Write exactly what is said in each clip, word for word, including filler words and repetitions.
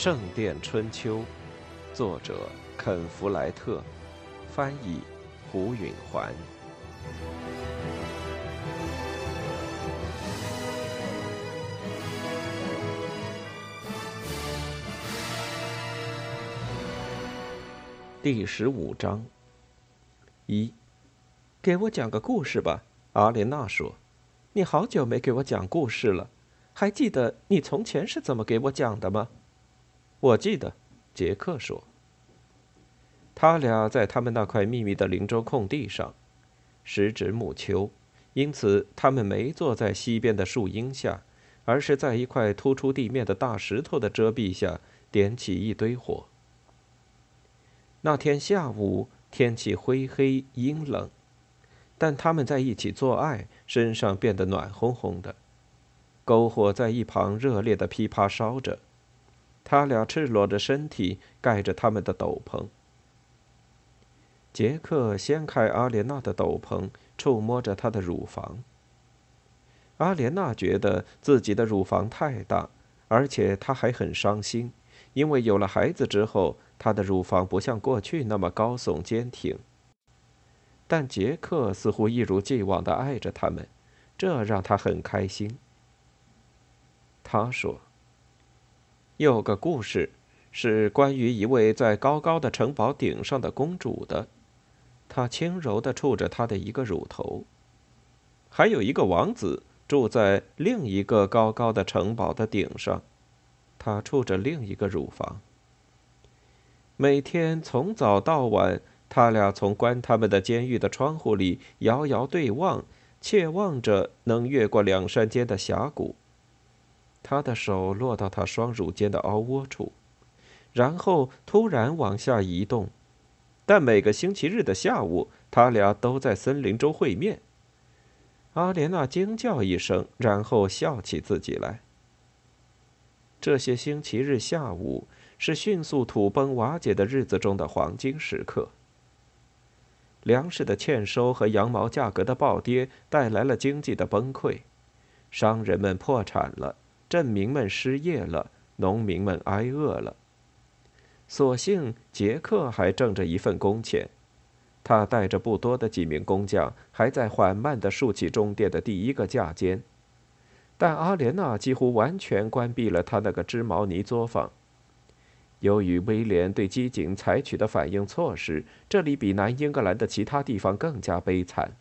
圣殿春秋》，作者肯·弗莱特，翻译胡允环。第十五章。一，给我讲个故事吧，阿莲娜说。你好久没给我讲故事了，还记得你从前是怎么给我讲的吗？我记得，杰克说。他俩在他们那块秘密的林州空地上，时值暮秋，因此他们没坐在西边的树荫下，而是在一块突出地面的大石头的遮蔽下点起一堆火。那天下午天气灰黑阴冷，但他们在一起做爱，身上变得暖烘烘的。篝火在一旁热烈地噼啪烧着，他俩赤裸着身体，盖着他们的斗篷。杰克掀开阿莲娜的斗篷，触摸着她的乳房。阿莲娜觉得自己的乳房太大，而且她还很伤心，因为有了孩子之后，她的乳房不像过去那么高耸坚挺。但杰克似乎一如既往地爱着他们，这让他很开心。他说：“有个故事，是关于一位在高高的城堡顶上的公主的。”他轻柔地触着她的一个乳头。还有一个王子住在另一个高高的城堡的顶上，他触着另一个乳房。每天从早到晚，他俩从关他们的监狱的窗户里遥遥对望，切望着能越过两山间的峡谷。他的手落到他双乳间的凹窝处，然后突然往下移动。但每个星期日的下午，他俩都在森林中会面。阿莲娜惊叫一声，然后笑起自己来。这些星期日下午是迅速土崩瓦解的日子中的黄金时刻。粮食的欠收和羊毛价格的暴跌带来了经济的崩溃，商人们破产了，镇民们失业了，农民们挨饿了。所幸杰克还挣着一份工钱，他带着不多的几名工匠，还在缓慢地竖起钟点的第一个架尖。但阿莲娜几乎完全关闭了他那个织毛呢作坊。由于威廉对机警采取的反应措施，这里比南英格兰的其他地方更加悲惨。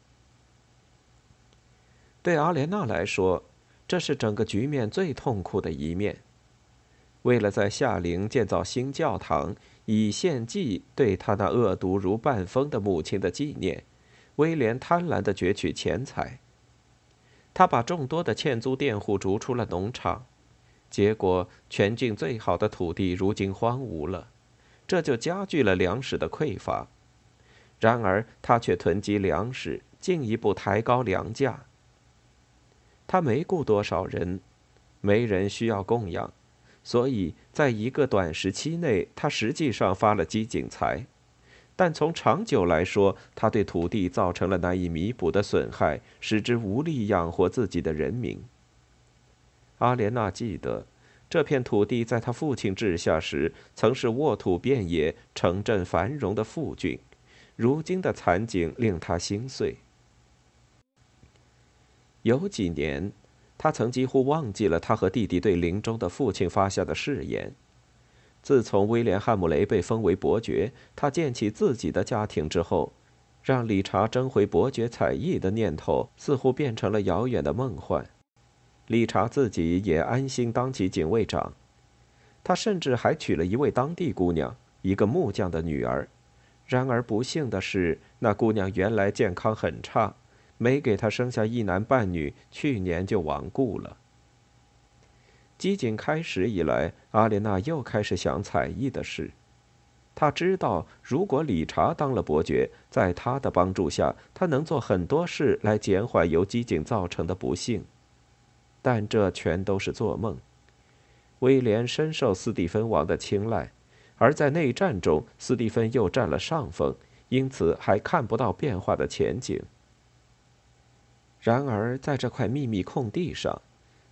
对阿莲娜来说，这是整个局面最痛苦的一面。为了在夏陵建造新教堂，以献祭对他那恶毒如半疯的母亲的纪念，威廉贪婪地攫取钱财。他把众多的欠租佃户逐出了农场，结果全境最好的土地如今荒芜了，这就加剧了粮食的匮乏。然而他却囤积粮食，进一步抬高粮价。他没雇多少人，没人需要供养，所以在一个短时期内，他实际上发了机警财。但从长久来说，他对土地造成了难以弥补的损害，使之无力养活自己的人民。阿莲娜记得，这片土地在他父亲治下时，曾是沃土遍野、城镇繁荣的富郡，如今的惨景令他心碎。有几年，他曾几乎忘记了他和弟弟对临终的父亲发下的誓言。自从威廉·汉姆雷被封为伯爵，他建起自己的家庭之后，让理查争回伯爵采邑的念头似乎变成了遥远的梦幻。理查自己也安心当起警卫长，他甚至还娶了一位当地姑娘，一个木匠的女儿。然而不幸的是，那姑娘原来健康很差，没给他生下一男半女，去年就亡故了。机警开始以来，阿莲娜又开始想采邑的事。她知道，如果理查当了伯爵，在他的帮助下，他能做很多事来减缓由机警造成的不幸。但这全都是做梦。威廉深受斯蒂芬王的青睐，而在内战中，斯蒂芬又占了上风，因此还看不到变化的前景。然而，在这块秘密空地上，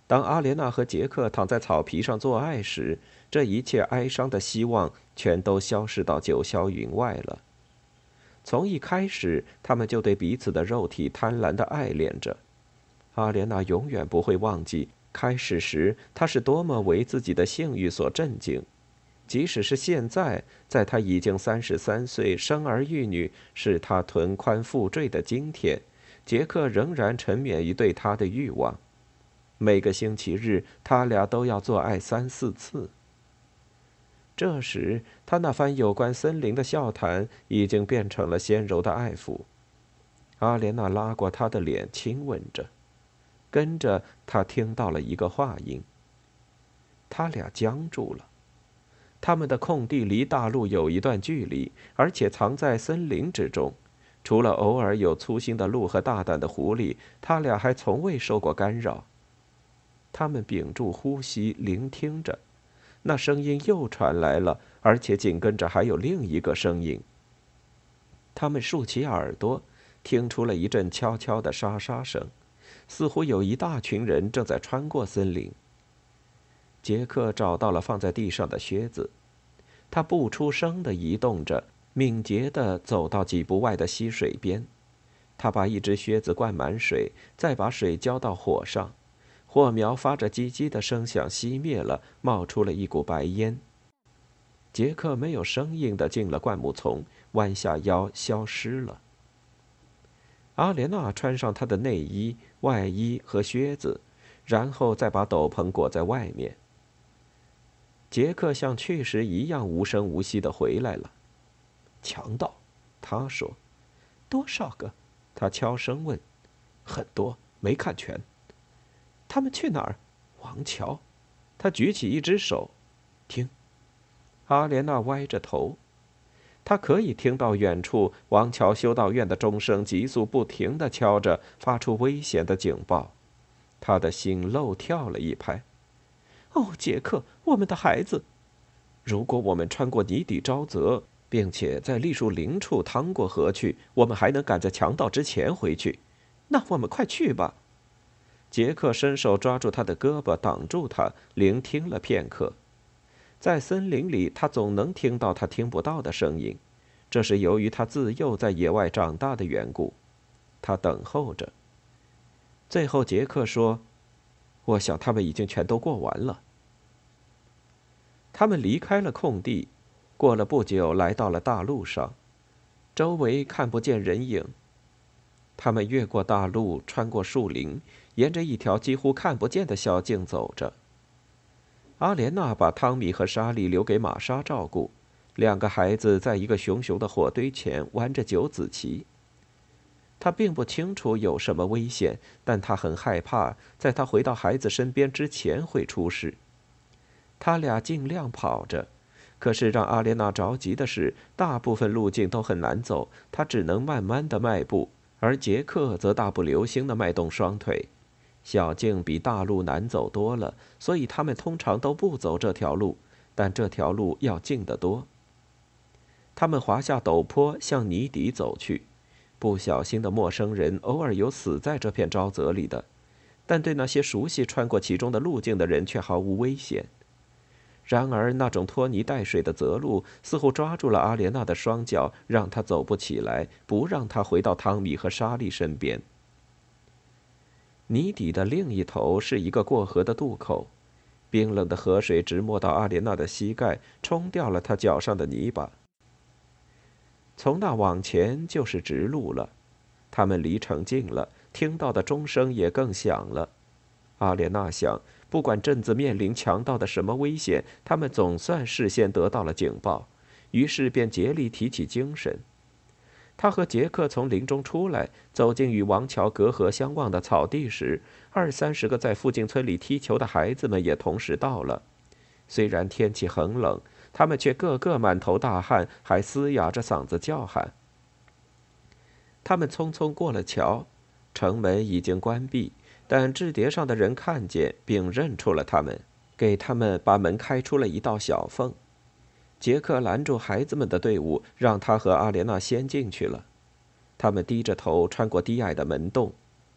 当阿莲娜和杰克躺在草皮上做爱时，这一切哀伤的希望全都消失到九霄云外了。从一开始，他们就对彼此的肉体贪婪地爱恋着。阿莲娜永远不会忘记，开始时她是多么为自己的性欲所震惊。即使是现在，在她已经三十三岁，生儿育女，使她臀宽腹坠的今天，杰克仍然沉湎于对她的欲望。每个星期日，他俩都要做爱三四次。这时，他那番有关森林的笑谈已经变成了纤柔的爱抚。阿莲娜拉过他的脸，亲吻着，跟着他听到了一个话音。他俩僵住了。他们的空地离大路有一段距离，而且藏在森林之中。除了偶尔有粗心的鹿和大胆的狐狸，他俩还从未受过干扰。他们屏住呼吸，聆听着，那声音又传来了，而且紧跟着还有另一个声音。他们竖起耳朵，听出了一阵悄悄的沙沙声，似乎有一大群人正在穿过森林。杰克找到了放在地上的靴子，他不出声地移动着，敏捷地走到几步外的溪水边。他把一只靴子灌满水，再把水浇到火上。火苗发着叽叽的声响熄灭了，冒出了一股白烟。杰克没有声音地进了灌木丛，弯下腰消失了。阿莲娜穿上她的内衣、外衣和靴子，然后再把斗篷裹在外面。杰克像去时一样无声无息地回来了。强盗，他说。多少个？他悄声问。很多，没看全。他们去哪儿？王桥。他举起一只手。听。阿莲娜歪着头。他可以听到远处王桥修道院的钟声急速不停地敲着，发出危险的警报。他的心漏跳了一拍。哦，杰克，我们的孩子！如果我们穿过泥底沼泽，并且在栗树林处趟过河去，我们还能赶在强盗之前回去。那我们快去吧！杰克伸手抓住他的胳膊，挡住他，聆听了片刻。在森林里，他总能听到他听不到的声音，这是由于他自幼在野外长大的缘故。他等候着。最后，杰克说：“我想他们已经全都过完了。”他们离开了空地，过了不久，来到了大路上，周围看不见人影。他们越过大路，穿过树林，沿着一条几乎看不见的小径走着。阿莲娜把汤米和莎莉留给玛莎照顾，两个孩子在一个熊熊的火堆前玩着九子棋。他并不清楚有什么危险，但他很害怕，在他回到孩子身边之前会出事。他俩尽量跑着，可是让阿莲娜着急的是，大部分路径都很难走，他只能慢慢的迈步，而杰克则大步流星地迈动双腿。小径比大路难走多了，所以他们通常都不走这条路，但这条路要近得多。他们滑下陡坡，向泥底走去。不小心的陌生人偶尔有死在这片沼泽里的，但对那些熟悉穿过其中的路径的人却毫无危险。然而，那种拖泥带水的泽路似乎抓住了阿莲娜的双脚，让她走不起来，不让她回到汤米和莎莉身边。泥底的另一头是一个过河的渡口，冰冷的河水直没到阿莲娜的膝盖，冲掉了她脚上的泥巴。从那往前就是直路了，他们离城近了，听到的钟声也更响了。阿莲娜想，不管镇子面临强盗的什么危险，他们总算事先得到了警报，于是便竭力提起精神。他和杰克从林中出来，走进与王桥隔河相望的草地时，二三十个在附近村里踢球的孩子们也同时到了。虽然天气很冷，他们却个个满头大汗，还嘶哑着嗓子叫喊。他们匆匆过了桥，城门已经关闭，但置叠上的人看见并认出了他们，给他们把门开出了一道小缝。杰克拦住孩子们的队伍，让他和阿莲娜先进去了。他们低着头穿过低矮的门洞。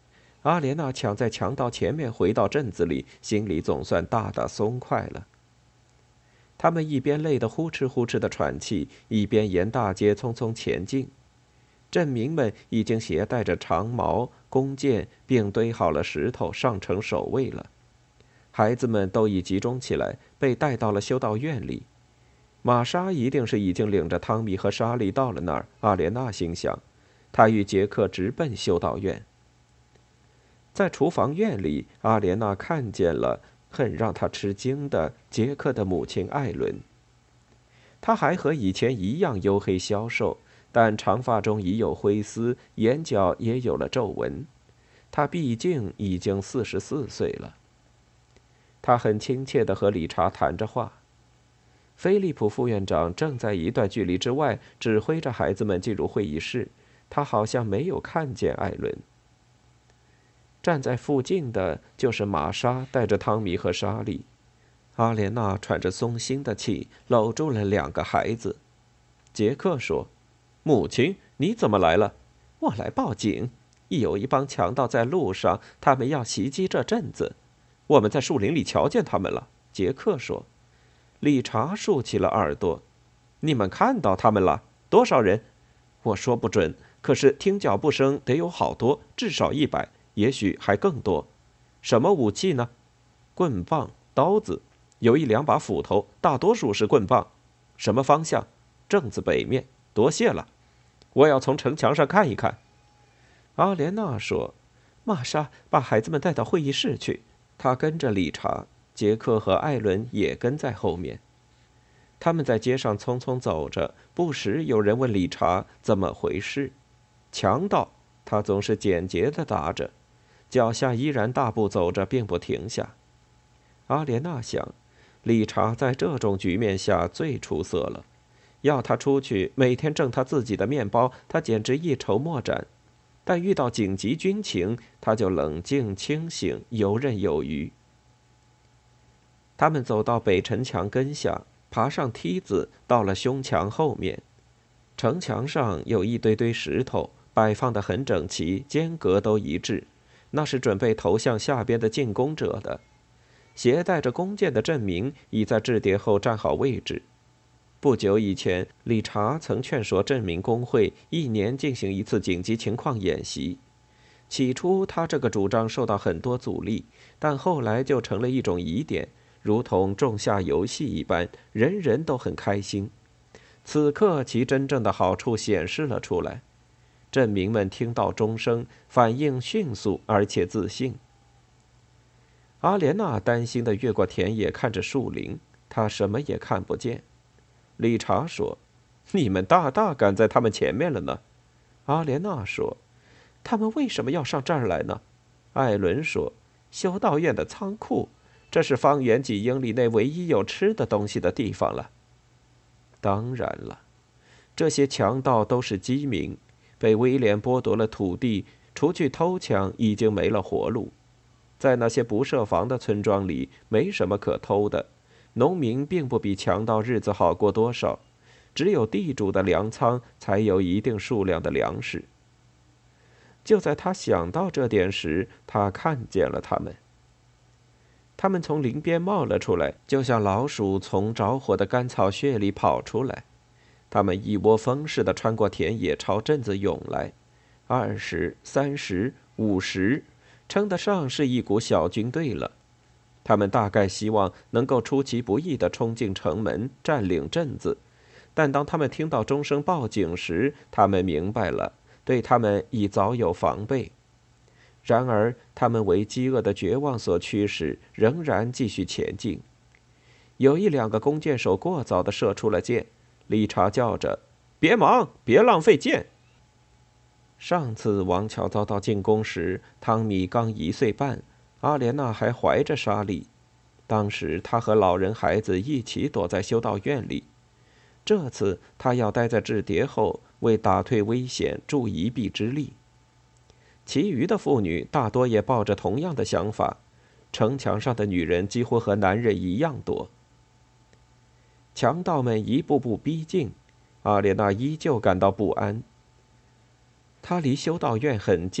阿莲娜抢在强盗前面回到镇子里，心里总算大大松快了。他们一边累得呼哧呼哧的喘气，一边沿大街匆匆前进。镇民们已经携带着长矛、弓箭，并堆好了石头，上城守卫了。孩子们都已集中起来，被带到了修道院里。玛莎一定是已经领着汤米和莎莉到了那儿，阿莲娜心想。她与杰克直奔修道院。在厨房院里，阿莲娜看见了很让她吃惊的杰克的母亲艾伦。她还和以前一样黝黑消瘦，但长发中已有灰丝，眼角也有了皱纹。她毕竟已经四十四岁了。她很亲切地和理查谈着话。菲利普副院长正在一段距离之外指挥着孩子们进入会议室，他好像没有看见艾伦。站在附近的就是玛莎带着汤米和莎莉。阿莲娜喘着松心的气，搂住了两个孩子。杰克说：“母亲，你怎么来了？”“我来报警，有一帮强盗在路上，他们要袭击这镇子。我们在树林里瞧见他们了。”杰克说。理查竖起了耳朵：“你们看到他们了？多少人？”“我说不准，可是听脚步声得有好多，至少一百。”也许还更多。什么武器呢？棍棒、刀子，有一两把斧头，大多数是棍棒。什么方向？镇子北面。多谢了，我要从城墙上看一看。阿莲娜说。玛莎把孩子们带到会议室去，她跟着理查，杰克和艾伦也跟在后面。他们在街上匆匆走着，不时有人问理查怎么回事。强盗，他总是简洁地答着。脚下依然大步走着，并不停下。阿莲娜想，理查在这种局面下最出色了。要他出去每天挣他自己的面包，他简直一筹莫展。但遇到紧急军情，他就冷静清醒，游刃有余。他们走到北城墙根下，爬上梯子，到了胸墙后面。城墙上有一堆堆石头，摆放得很整齐，间隔都一致。那是准备投向下边的进攻者的。携带着弓箭的镇民已在置叠后站好位置。不久以前，理查曾劝说镇民工会一年进行一次紧急情况演习。起初，他这个主张受到很多阻力，但后来就成了一种疑点，如同仲夏游戏一般，人人都很开心。此刻，其真正的好处显示了出来。镇民们听到钟声，反应迅速而且自信。阿莲娜担心地越过田野，看着树林，她什么也看不见。理查说：“你们大大赶在他们前面了呢。”阿莲娜说：“他们为什么要上这儿来呢？”艾伦说：“修道院的仓库，这是方圆几英里内唯一有吃的东西的地方了。”当然了，这些强盗都是饥民。被威廉剥夺了土地，除去偷抢，已经没了活路。在那些不设防的村庄里，没什么可偷的。农民并不比强盗日子好过多少，只有地主的粮仓才有一定数量的粮食。就在他想到这点时，他看见了他们。他们从林边冒了出来，就像老鼠从着火的干草穴里跑出来。他们一窝蜂似的穿过田野，朝镇子涌来。二十、三十、五十，称得上是一股小军队了。他们大概希望能够出其不意地冲进城门，占领镇子。但当他们听到钟声报警时，他们明白了，对他们已早有防备。然而，他们为饥饿的绝望所驱使，仍然继续前进。有一两个弓箭手过早地射出了箭。理查叫着：“别忙，别浪费箭。”上次王乔遭到进攻时，汤米刚一岁半，阿莲娜还怀着莎莉。当时他和老人孩子一起躲在修道院里。这次他要待在置叠后，为打退危险助一臂之力。其余的妇女大多也抱着同样的想法。城墙上的女人几乎和男人一样多。强盗们一步步逼近，阿莲娜依旧感到不安。她离修道院很近，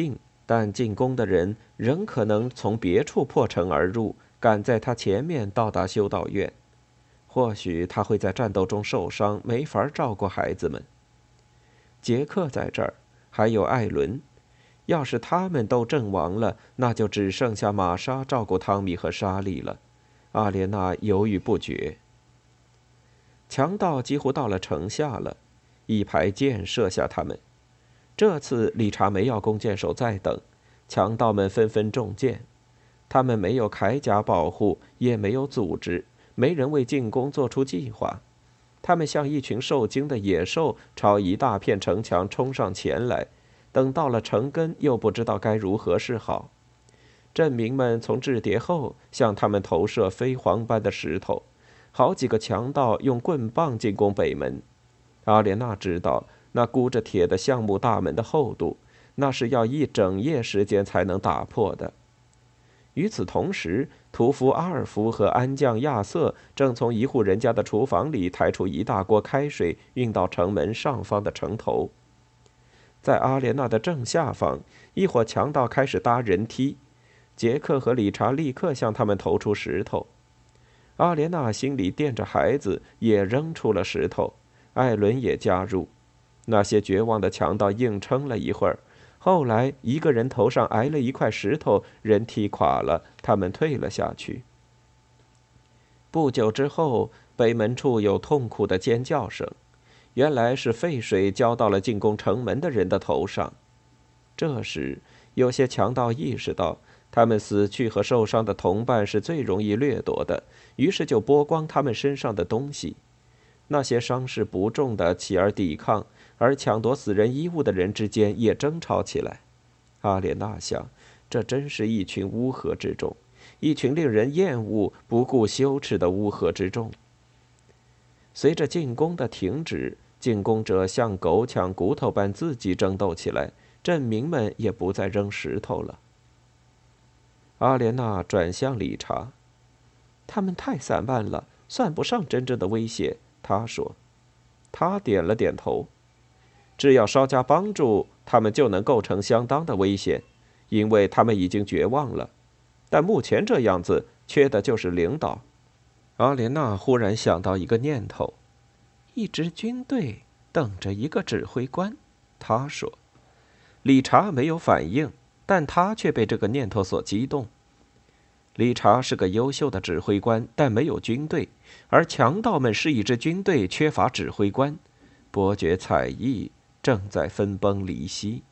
但进攻的人仍可能从别处破城而入，赶在他前面到达修道院。或许他会在战斗中受伤，没法照顾孩子们。杰克在这儿，还有艾伦。要是他们都阵亡了，那就只剩下玛莎照顾汤米和莎莉了。阿莲娜犹豫不决。强盗几乎到了城下了，一排箭射下他们。这次理查没要弓箭手再等，强盗们纷纷中箭。他们没有铠甲保护，也没有组织，没人为进攻做出计划。他们像一群受惊的野兽，朝一大片城墙冲上前来。等到了城根，又不知道该如何是好。镇民们从雉叠后向他们投射飞蝗般的石头，好几个强盗用棍棒进攻北门。阿莲娜知道那箍着铁的橡木大门的厚度，那是要一整夜时间才能打破的。与此同时，屠夫阿尔夫和安将亚瑟正从一户人家的厨房里抬出一大锅开水，运到城门上方的城头。在阿莲娜的正下方，一伙强盗开始搭人梯。杰克和理查立刻向他们投出石头。阿莲娜心里惦着孩子，也扔出了石头。艾伦也加入。那些绝望的强盗硬撑了一会儿，后来一个人头上挨了一块石头，人梯垮了，他们退了下去。不久之后，北门处有痛苦的尖叫声。原来是沸水浇到了进攻城门的人的头上。这时，有些强盗意识到，他们死去和受伤的同伴是最容易掠夺的，于是就剥光他们身上的东西。那些伤势不重的起而抵抗，而抢夺死人衣物的人之间也争吵起来。阿莲娜想，这真是一群乌合之众，一群令人厌恶、不顾羞耻的乌合之众。随着进攻的停止，进攻者像狗抢骨头般自己争斗起来，镇民们也不再扔石头了。阿莲娜转向理查：“他们太散漫了，算不上真正的威胁。”他说。他点了点头。只要稍加帮助，他们就能构成相当的危险，因为他们已经绝望了。但目前这样子，缺的就是领导。阿莲娜忽然想到一个念头：一支军队等着一个指挥官。她说。理查没有反应，但他却被这个念头所激动。理查是个优秀的指挥官，但没有军队，而强盗们是一支军队，缺乏指挥官。伯爵彩翼正在分崩离析。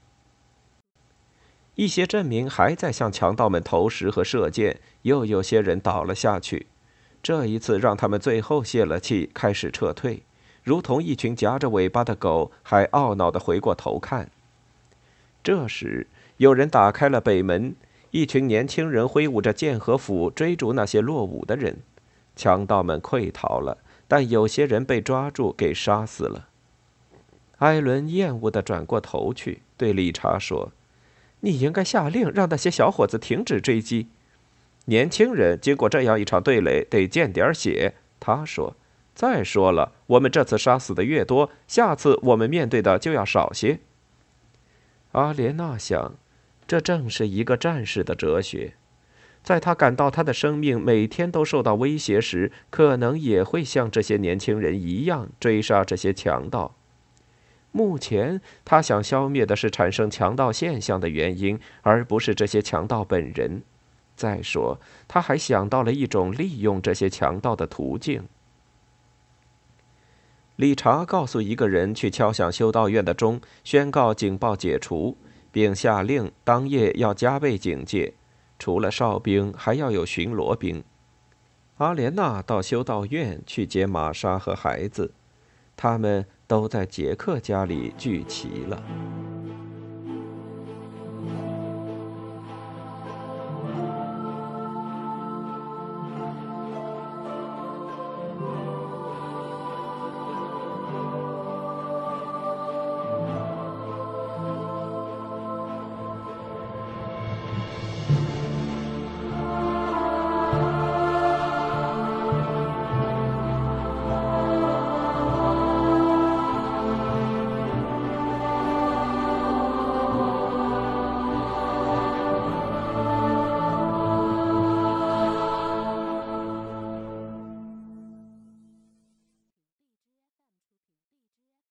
一些镇民还在向强盗们投石和射箭，又有些人倒了下去。这一次让他们最后泄了气，开始撤退，如同一群夹着尾巴的狗，还懊恼地回过头看。这时，有人打开了北门，一群年轻人挥舞着剑和斧追逐那些落伍的人。强盗们溃逃了，但有些人被抓住，给杀死了。艾伦厌恶地转过头去，对理查说：“你应该下令让那些小伙子停止追击。年轻人经过这样一场对垒，得见点血。”他说：“再说了，我们这次杀死的越多，下次我们面对的就要少些。”阿莲娜想，这正是一个战士的哲学。在他感到他的生命每天都受到威胁时，可能也会像这些年轻人一样追杀这些强盗。目前，他想消灭的是产生强盗现象的原因，而不是这些强盗本人。再说，他还想到了一种利用这些强盗的途径。理查告诉一个人去敲响修道院的钟，宣告警报解除，并下令当夜要加倍警戒，除了哨兵，还要有巡逻兵。阿莲娜到修道院去接玛莎和孩子，他们都在杰克家里聚齐了。